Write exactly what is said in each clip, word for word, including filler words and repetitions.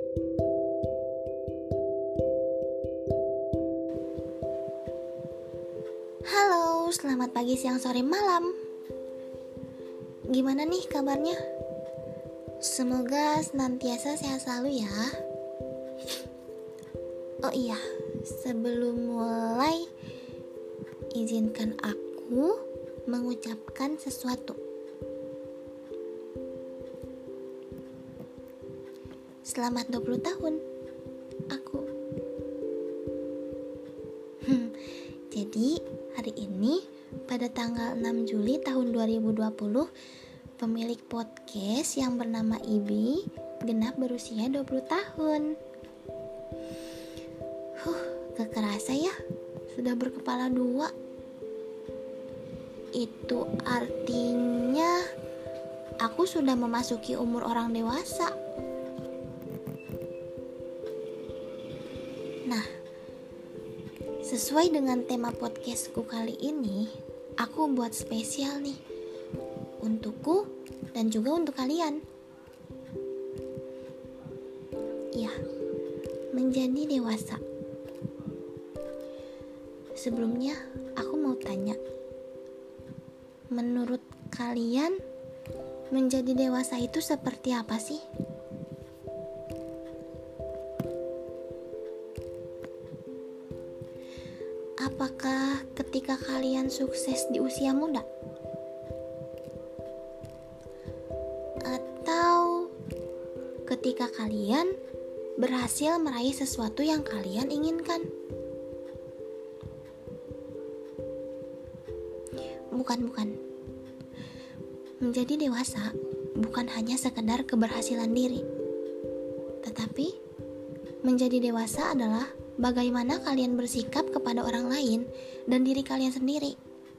Halo, selamat pagi, siang, sore, malam. Gimana nih kabarnya? Semoga senantiasa sehat selalu ya. Oh iya, sebelum mulai, izinkan aku mengucapkan sesuatu. Selamat dua puluh tahun aku. Hmm, jadi hari ini pada tanggal enam Juli tahun dua ribu dua puluh, pemilik podcast yang bernama Ibi genap berusia dua puluh tahun. Huh, gak kerasa ya, sudah berkepala dua. Itu artinya aku sudah memasuki umur orang dewasa. Nah, sesuai dengan tema podcastku kali ini, aku buat spesial nih untukku dan juga untuk kalian. Ya, menjadi dewasa. Sebelumnya, aku mau tanya, menurut kalian menjadi dewasa itu seperti apa sih? Apakah ketika kalian sukses di usia muda? Atau ketika kalian berhasil meraih sesuatu yang kalian inginkan? Bukan, bukan. Menjadi dewasa bukan hanya sekedar keberhasilan diri. Tetapi menjadi dewasa adalah bagaimana kalian bersikap kepada orang lain dan diri kalian sendiri.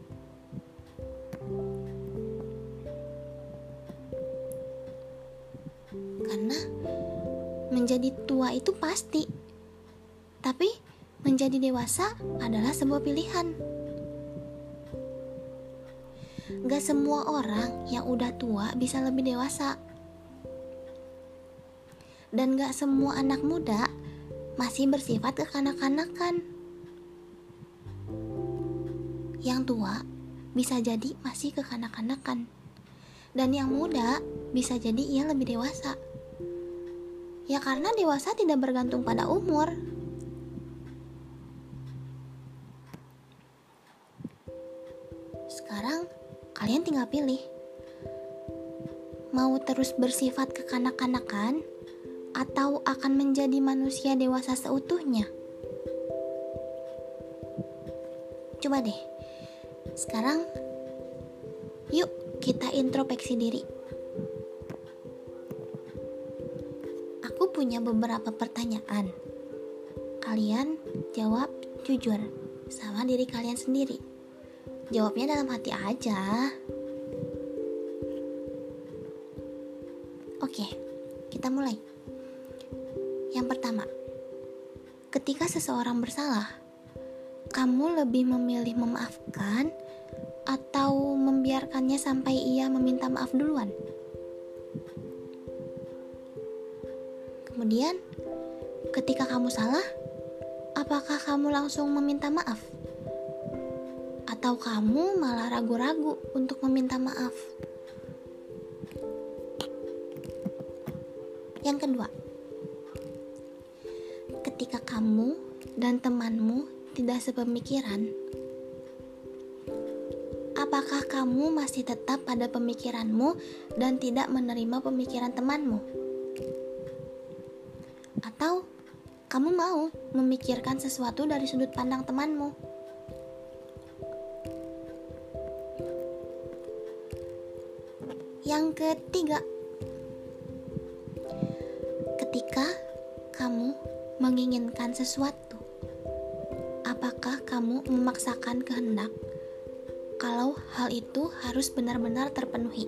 Karena menjadi tua itu pasti, tapi menjadi dewasa adalah sebuah pilihan. Gak semua orang yang udah tua bisa lebih dewasa. Dan gak semua anak muda masih bersifat kekanak-kanakan. Yang tua bisa jadi masih kekanak-kanakan, dan yang muda bisa jadi ia lebih dewasa. Ya karena dewasa tidak bergantung pada umur. Sekarang kalian tinggal pilih, mau terus bersifat kekanak-kanakan atau akan menjadi manusia dewasa seutuhnya? Coba deh, sekarang yuk kita introspeksi diri. Aku punya beberapa pertanyaan. Kalian jawab jujur sama diri kalian sendiri. Jawabnya dalam hati aja. Oke, kita mulai. Yang pertama, ketika seseorang bersalah, kamu lebih memilih memaafkan atau membiarkannya sampai ia meminta maaf duluan? Kemudian, ketika kamu salah, apakah kamu langsung meminta maaf? Atau kamu malah ragu-ragu untuk meminta maaf? Yang kedua, ketika kamu dan temanmu tidak sepemikiran, apakah kamu masih tetap pada pemikiranmu dan tidak menerima pemikiran temanmu? Atau kamu mau memikirkan sesuatu dari sudut pandang temanmu? Yang ketiga, ketika kamu menginginkan sesuatu, apakah kamu memaksakan kehendak kalau hal itu harus benar-benar terpenuhi?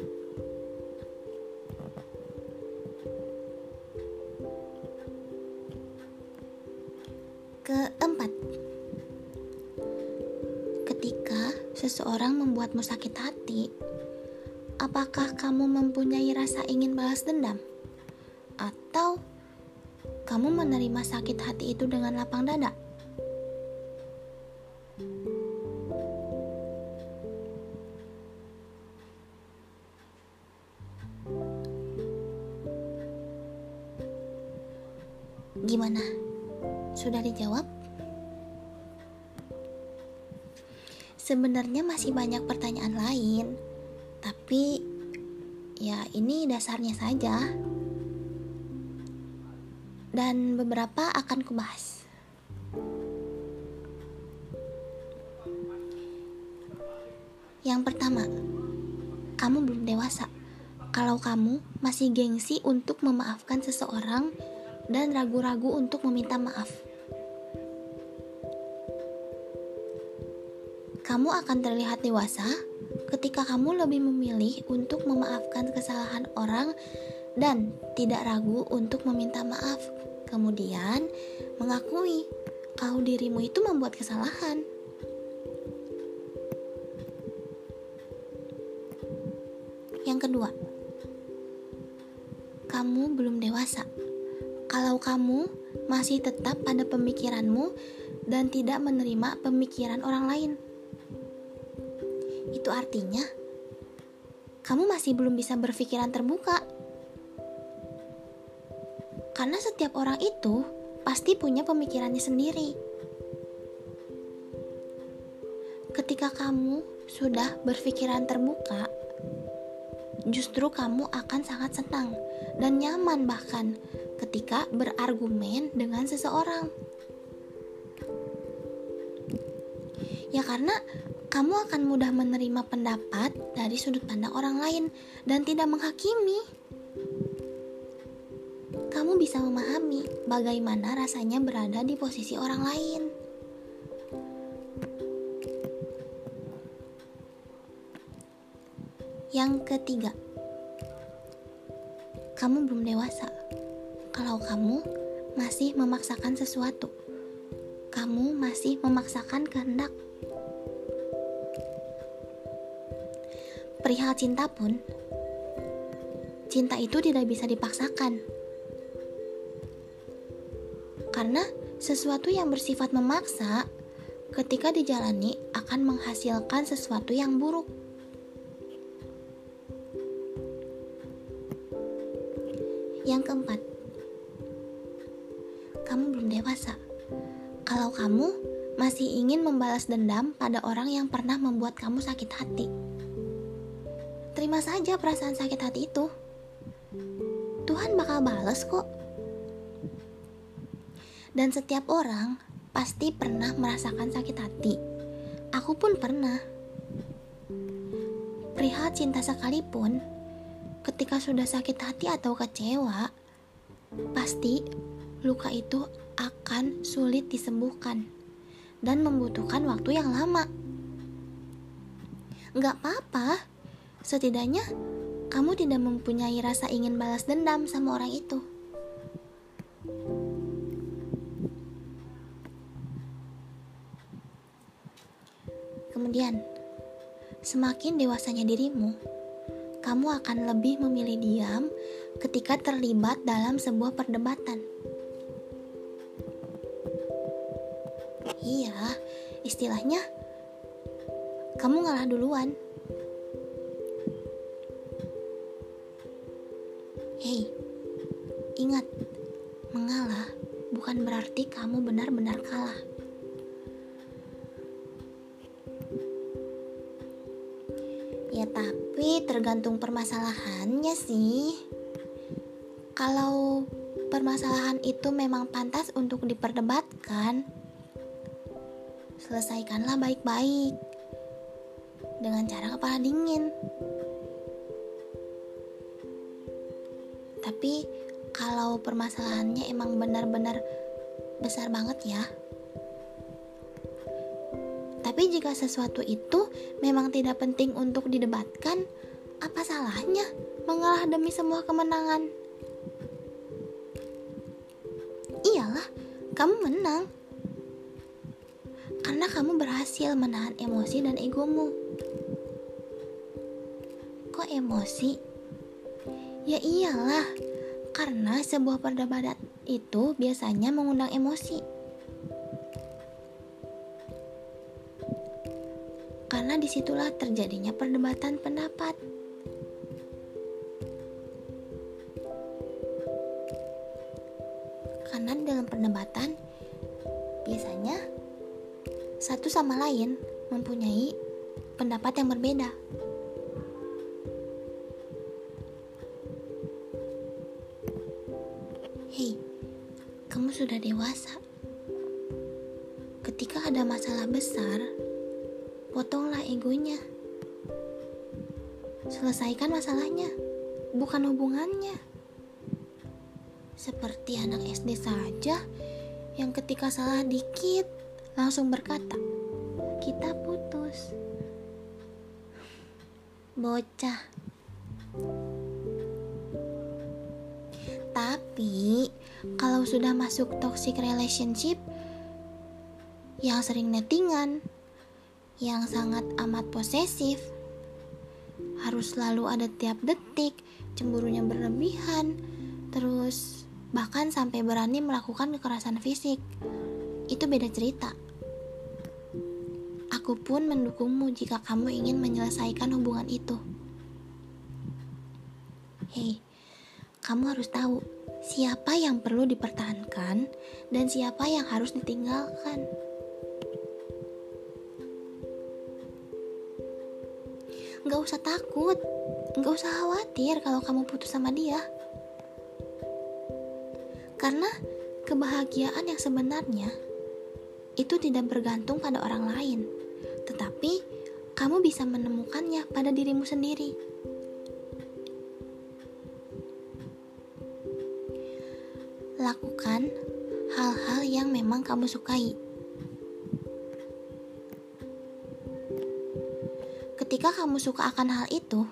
Keempat, ketika seseorang membuatmu sakit hati, apakah kamu mempunyai rasa ingin balas dendam? Atau kamu menerima sakit hati itu dengan lapang dada? Gimana? Sudah dijawab? Sebenarnya masih banyak pertanyaan lain, tapi ya ini dasarnya saja. Dan beberapa akan kubahas. Yang pertama, kamu belum dewasa kalau kamu masih gengsi untuk memaafkan seseorang dan ragu-ragu untuk meminta maaf. Kamu akan terlihat dewasa ketika kamu lebih memilih untuk memaafkan kesalahan orang dan tidak ragu untuk meminta maaf. Kemudian mengakui kalau dirimu itu membuat kesalahan. Yang kedua, kamu belum dewasa kalau kamu masih tetap pada pemikiranmu dan tidak menerima pemikiran orang lain. Itu artinya kamu masih belum bisa berpikiran terbuka. Karena setiap orang itu pasti punya pemikirannya sendiri. Ketika kamu sudah berpikiran terbuka, justru kamu akan sangat senang dan nyaman bahkan ketika berargumen dengan seseorang. Ya karena kamu akan mudah menerima pendapat dari sudut pandang orang lain dan tidak menghakimi. Kamu bisa memahami bagaimana rasanya berada di posisi orang lain. Yang ketiga, kamu belum dewasa kalau kamu masih memaksakan sesuatu. Kamu masih memaksakan kehendak. Perihal cinta pun, cinta itu tidak bisa dipaksakan. Karena sesuatu yang bersifat memaksa ketika dijalani akan menghasilkan sesuatu yang buruk. Yang keempat, kamu belum dewasa kalau kamu masih ingin membalas dendam pada orang yang pernah membuat kamu sakit hati. Terima saja perasaan sakit hati itu. Tuhan bakal balas kok. Dan setiap orang pasti pernah merasakan sakit hati. Aku pun pernah. Perihal cinta sekalipun, ketika sudah sakit hati atau kecewa, pasti luka itu akan sulit disembuhkan dan membutuhkan waktu yang lama. Gak apa-apa, setidaknya kamu tidak mempunyai rasa ingin balas dendam sama orang itu. Kemudian, semakin dewasanya dirimu, kamu akan lebih memilih diam ketika terlibat dalam sebuah perdebatan. Iya, istilahnya kamu ngalah duluan. Hei, ingat, mengalah bukan berarti kamu benar-benar kalah. Ya tapi tergantung permasalahannya sih. Kalau permasalahan itu memang pantas untuk diperdebatkan, selesaikanlah baik-baik dengan cara kepala dingin. Tapi kalau permasalahannya emang benar-benar besar banget ya. Tapi jika sesuatu itu memang tidak penting untuk didebatkan, apa salahnya mengalah demi semua kemenangan? Iyalah, kamu menang. Karena kamu berhasil menahan emosi dan egomu. Kok emosi? Ya iyalah, karena sebuah perdebatan itu biasanya mengundang emosi. Karena disitulah terjadinya perdebatan pendapat. Karena dalam perdebatan, biasanya satu sama lain mempunyai pendapat yang berbeda. Hei, kamu sudah dewasa. Ketika ada masalah besar, potonglah egonya. Selesaikan masalahnya, bukan hubungannya. Seperti anak S D saja yang ketika salah dikit langsung berkata, "Kita putus." Bocah. Tapi kalau sudah masuk toxic relationship yang sering nettingan, yang sangat amat posesif, harus selalu ada tiap detik, cemburunya berlebihan, terus bahkan sampai berani melakukan kekerasan fisik, itu beda cerita. Aku pun mendukungmu jika kamu ingin menyelesaikan hubungan itu. Hei, kamu harus tahu siapa yang perlu dipertahankan dan siapa yang harus ditinggalkan. Gak usah takut, gak usah khawatir kalau kamu putus sama dia. Karena kebahagiaan yang sebenarnya itu tidak bergantung pada orang lain, tetapi kamu bisa menemukannya pada dirimu sendiri. Lakukan hal-hal yang memang kamu sukai. Ketika kamu suka akan hal itu,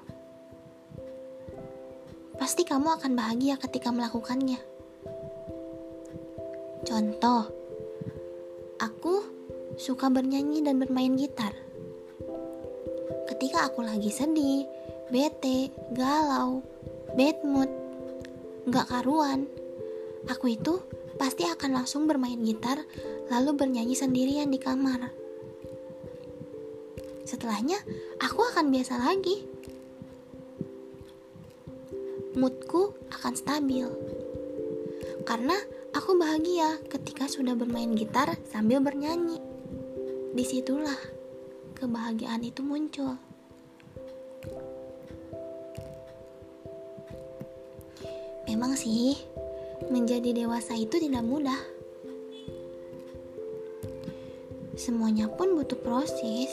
pasti kamu akan bahagia ketika melakukannya. Contoh, aku suka bernyanyi dan bermain gitar. Ketika aku lagi sedih, bete, galau, bad mood, gak karuan, aku itu pasti akan langsung bermain gitar lalu bernyanyi sendirian di kamar. Setelahnya, aku akan biasa lagi. Moodku akan stabil. Karena aku bahagia ketika sudah bermain gitar sambil bernyanyi. Disitulah kebahagiaan itu muncul. Memang sih, menjadi dewasa itu tidak mudah. Semuanya pun butuh proses.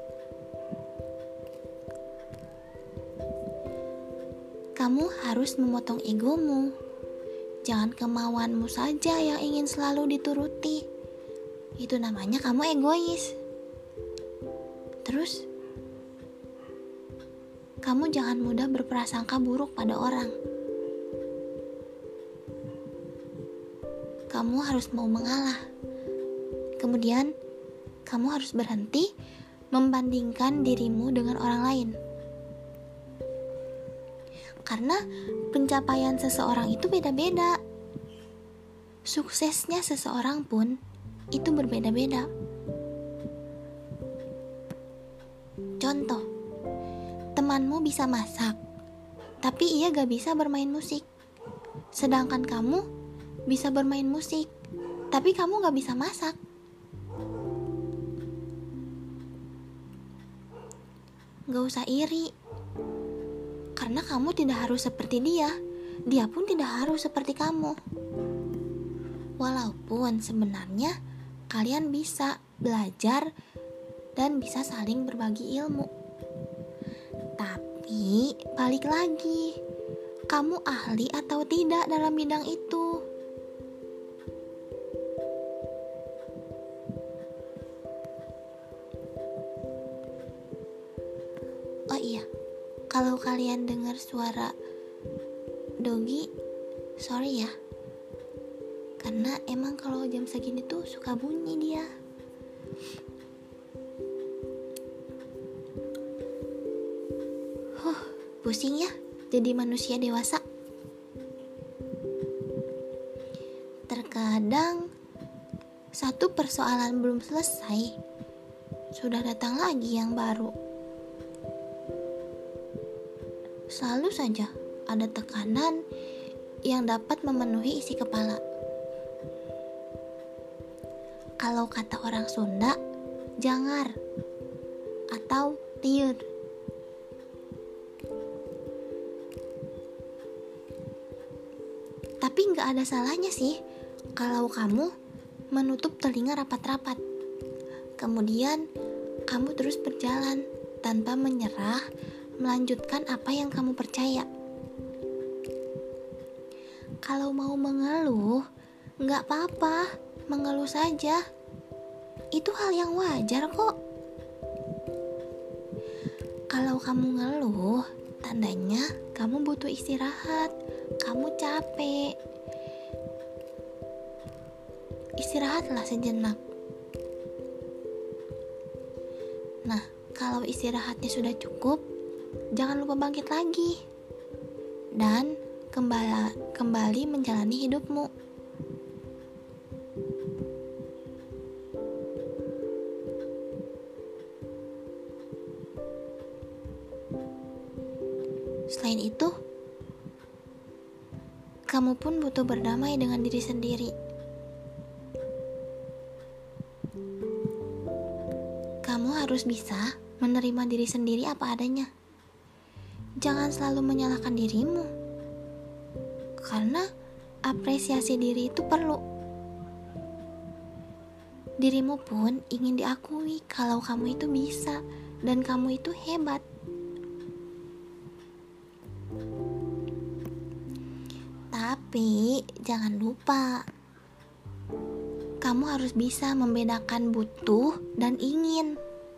Kamu harus memotong egomu. Jangan kemauanmu saja yang ingin selalu dituruti. Itu namanya kamu egois. Terus, kamu jangan mudah berprasangka buruk pada orang. Kamu harus mau mengalah. Kemudian, kamu harus berhenti membandingkan dirimu dengan orang lain. Karena pencapaian seseorang itu beda-beda. Suksesnya seseorang pun itu berbeda-beda. Contoh, temanmu bisa masak, tapi ia gak bisa bermain musik. Sedangkan kamu bisa bermain musik, tapi kamu gak bisa masak. Gak usah iri. Karena kamu tidak harus seperti dia, dia pun tidak harus seperti kamu. Walaupun sebenarnya kalian bisa belajar dan bisa saling berbagi ilmu. Tapi balik lagi, kamu ahli atau tidak dalam bidang itu? Oh iya, kalau kalian dengar suara Dogi, sorry ya. Karena emang kalau jam segini tuh suka bunyi dia. Huh, pusing ya jadi manusia dewasa. Terkadang satu persoalan belum selesai, sudah datang lagi yang baru. Selalu saja ada tekanan yang dapat memenuhi isi kepala. Kalau kata orang Sunda, jangar atau liur. Tapi gak ada salahnya sih kalau kamu menutup telinga rapat-rapat. Kemudian kamu terus berjalan tanpa menyerah, melanjutkan apa yang kamu percaya. Kalau mau mengeluh, gak apa-apa, mengeluh saja. Itu hal yang wajar kok. Kalau kamu ngeluh, tandanya kamu butuh istirahat, kamu capek. Istirahatlah sejenak. Nah, kalau istirahatnya sudah cukup, jangan lupa bangkit lagi dan kembali, kembali menjalani hidupmu. Selain itu, kamu pun butuh berdamai dengan diri sendiri. Kamu harus bisa menerima diri sendiri apa adanya. Jangan selalu menyalahkan dirimu, karena apresiasi diri itu perlu. Dirimu pun ingin diakui kalau kamu itu bisa dan kamu itu hebat. Tapi jangan lupa, kamu harus bisa membedakan butuh dan ingin.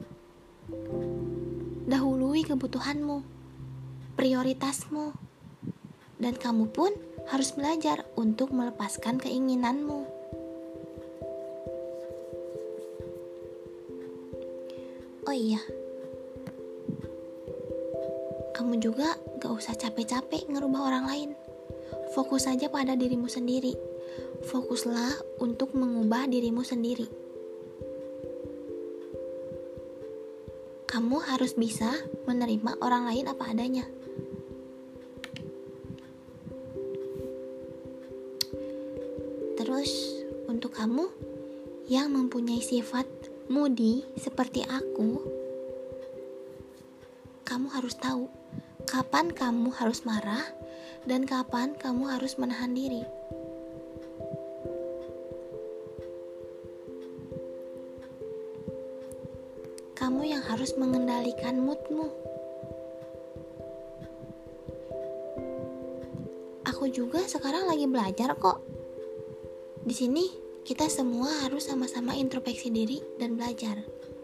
Dahului kebutuhanmu, prioritasmu, dan kamu pun harus belajar untuk melepaskan keinginanmu. Oh iya, kamu juga gak usah capek-capek ngerubah orang lain. Fokus saja pada dirimu sendiri. Fokuslah untuk mengubah dirimu sendiri. Kamu harus bisa menerima orang lain apa adanya. Terus untuk kamu yang mempunyai sifat moody seperti aku, kamu harus tahu kapan kamu harus marah dan kapan kamu harus menahan diri. Kamu yang harus mengendalikan moodmu. Aku juga sekarang lagi belajar kok. Di sini kita semua harus sama-sama introspeksi diri dan belajar.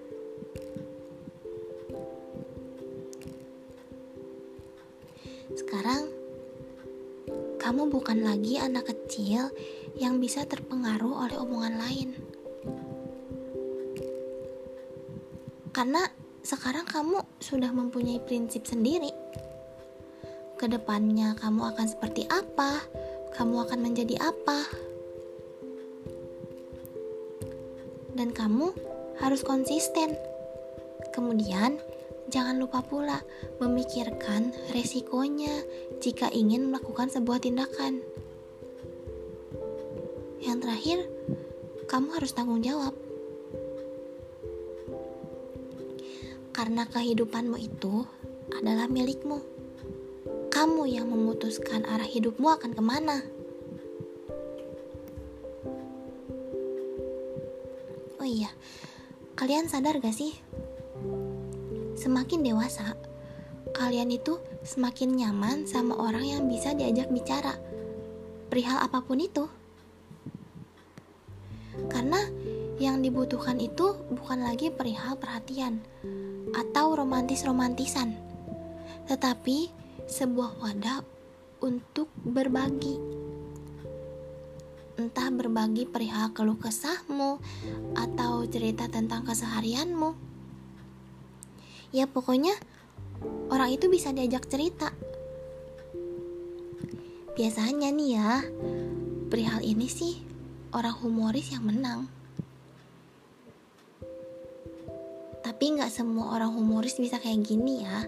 Sekarang kamu bukan lagi anak kecil yang bisa terpengaruh oleh omongan lain. Karena sekarang kamu sudah mempunyai prinsip sendiri. Kedepannya kamu akan seperti apa, kamu akan menjadi apa. Dan kamu harus konsisten. Kemudian jangan lupa pula memikirkan resikonya jika ingin melakukan sebuah tindakan. Yang terakhir, kamu harus tanggung jawab. Karena kehidupanmu itu adalah milikmu. Kamu yang memutuskan arah hidupmu akan kemana. Oh iya, kalian sadar gak sih? Semakin dewasa, kalian itu semakin nyaman sama orang yang bisa diajak bicara perihal apapun itu. Karena yang dibutuhkan itu bukan lagi perihal perhatian atau romantis-romantisan, tetapi sebuah wadah untuk berbagi. Entah berbagi perihal keluh kesahmu atau cerita tentang keseharianmu. Ya pokoknya orang itu bisa diajak cerita. Biasanya nih ya, perihal ini sih orang humoris yang menang. Tapi gak semua orang humoris bisa kayak gini ya.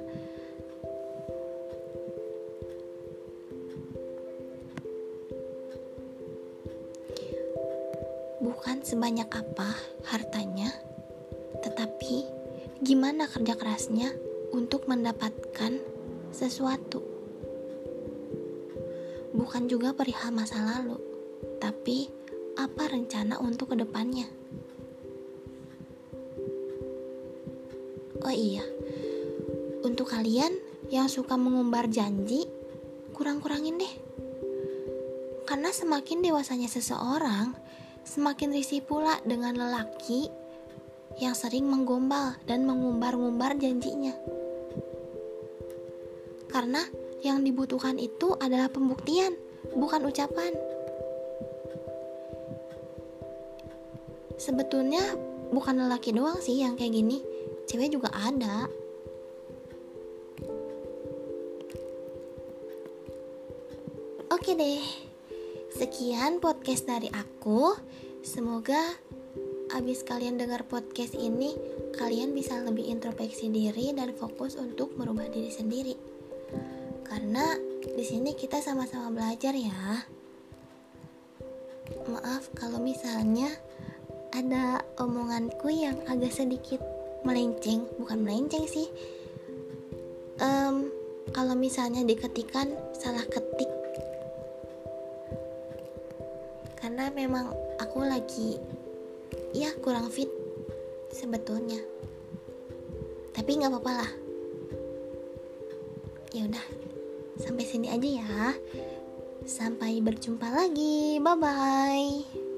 Bukan sebanyak apa hartanya, tetapi gimana kerja kerasnya untuk mendapatkan sesuatu. Bukan juga perihal masa lalu, tapi apa rencana untuk kedepannya. Oh iya, untuk kalian yang suka mengumbar janji, kurang-kurangin deh. Karena semakin dewasanya seseorang, semakin risih pula dengan lelaki yang sering menggombal dan mengumbar-ngumbar janjinya. Karena yang dibutuhkan itu adalah pembuktian, bukan ucapan. Sebetulnya bukan lelaki doang sih yang kayak gini, cewek juga ada. Oke deh, sekian podcast dari aku. Semoga abis kalian dengar podcast ini, kalian bisa lebih introspeksi diri dan fokus untuk merubah diri sendiri. Karena di sini kita sama-sama belajar ya. Maaf kalau misalnya ada omonganku yang agak sedikit melenceng, bukan melenceng sih. Um, kalau misalnya diketikan salah ketik. Karena memang aku lagi ya kurang fit sebetulnya, tapi nggak apa-apa lah. Ya udah, sampai sini aja ya. Sampai berjumpa lagi, bye bye.